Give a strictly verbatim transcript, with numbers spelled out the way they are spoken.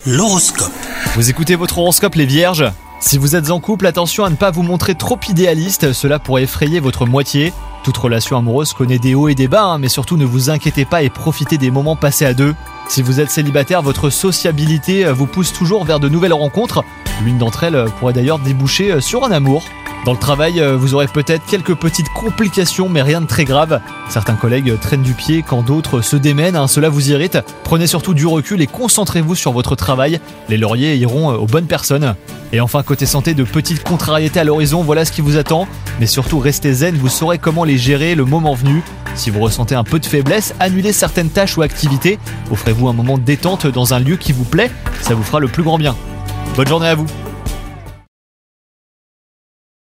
L'horoscope. Vous écoutez votre horoscope les vierges ? Si vous êtes en couple, attention à ne pas vous montrer trop idéaliste, cela pourrait effrayer votre moitié. Toute relation amoureuse connaît des hauts et des bas, hein, mais surtout ne vous inquiétez pas et profitez des moments passés à deux. Si vous êtes célibataire, votre sociabilité vous pousse toujours vers de nouvelles rencontres. L'une d'entre elles pourrait d'ailleurs déboucher sur un amour. Dans le travail, vous aurez peut-être quelques petites complications, mais rien de très grave. Certains collègues traînent du pied quand d'autres se démènent, hein, cela vous irrite. Prenez surtout du recul et concentrez-vous sur votre travail. Les lauriers iront aux bonnes personnes. Et enfin, côté santé, de petites contrariétés à l'horizon, voilà ce qui vous attend. Mais surtout, restez zen, vous saurez comment les gérer le moment venu. Si vous ressentez un peu de faiblesse, annulez certaines tâches ou activités. Offrez-vous un moment de détente dans un lieu qui vous plaît, ça vous fera le plus grand bien. Bonne journée à vous.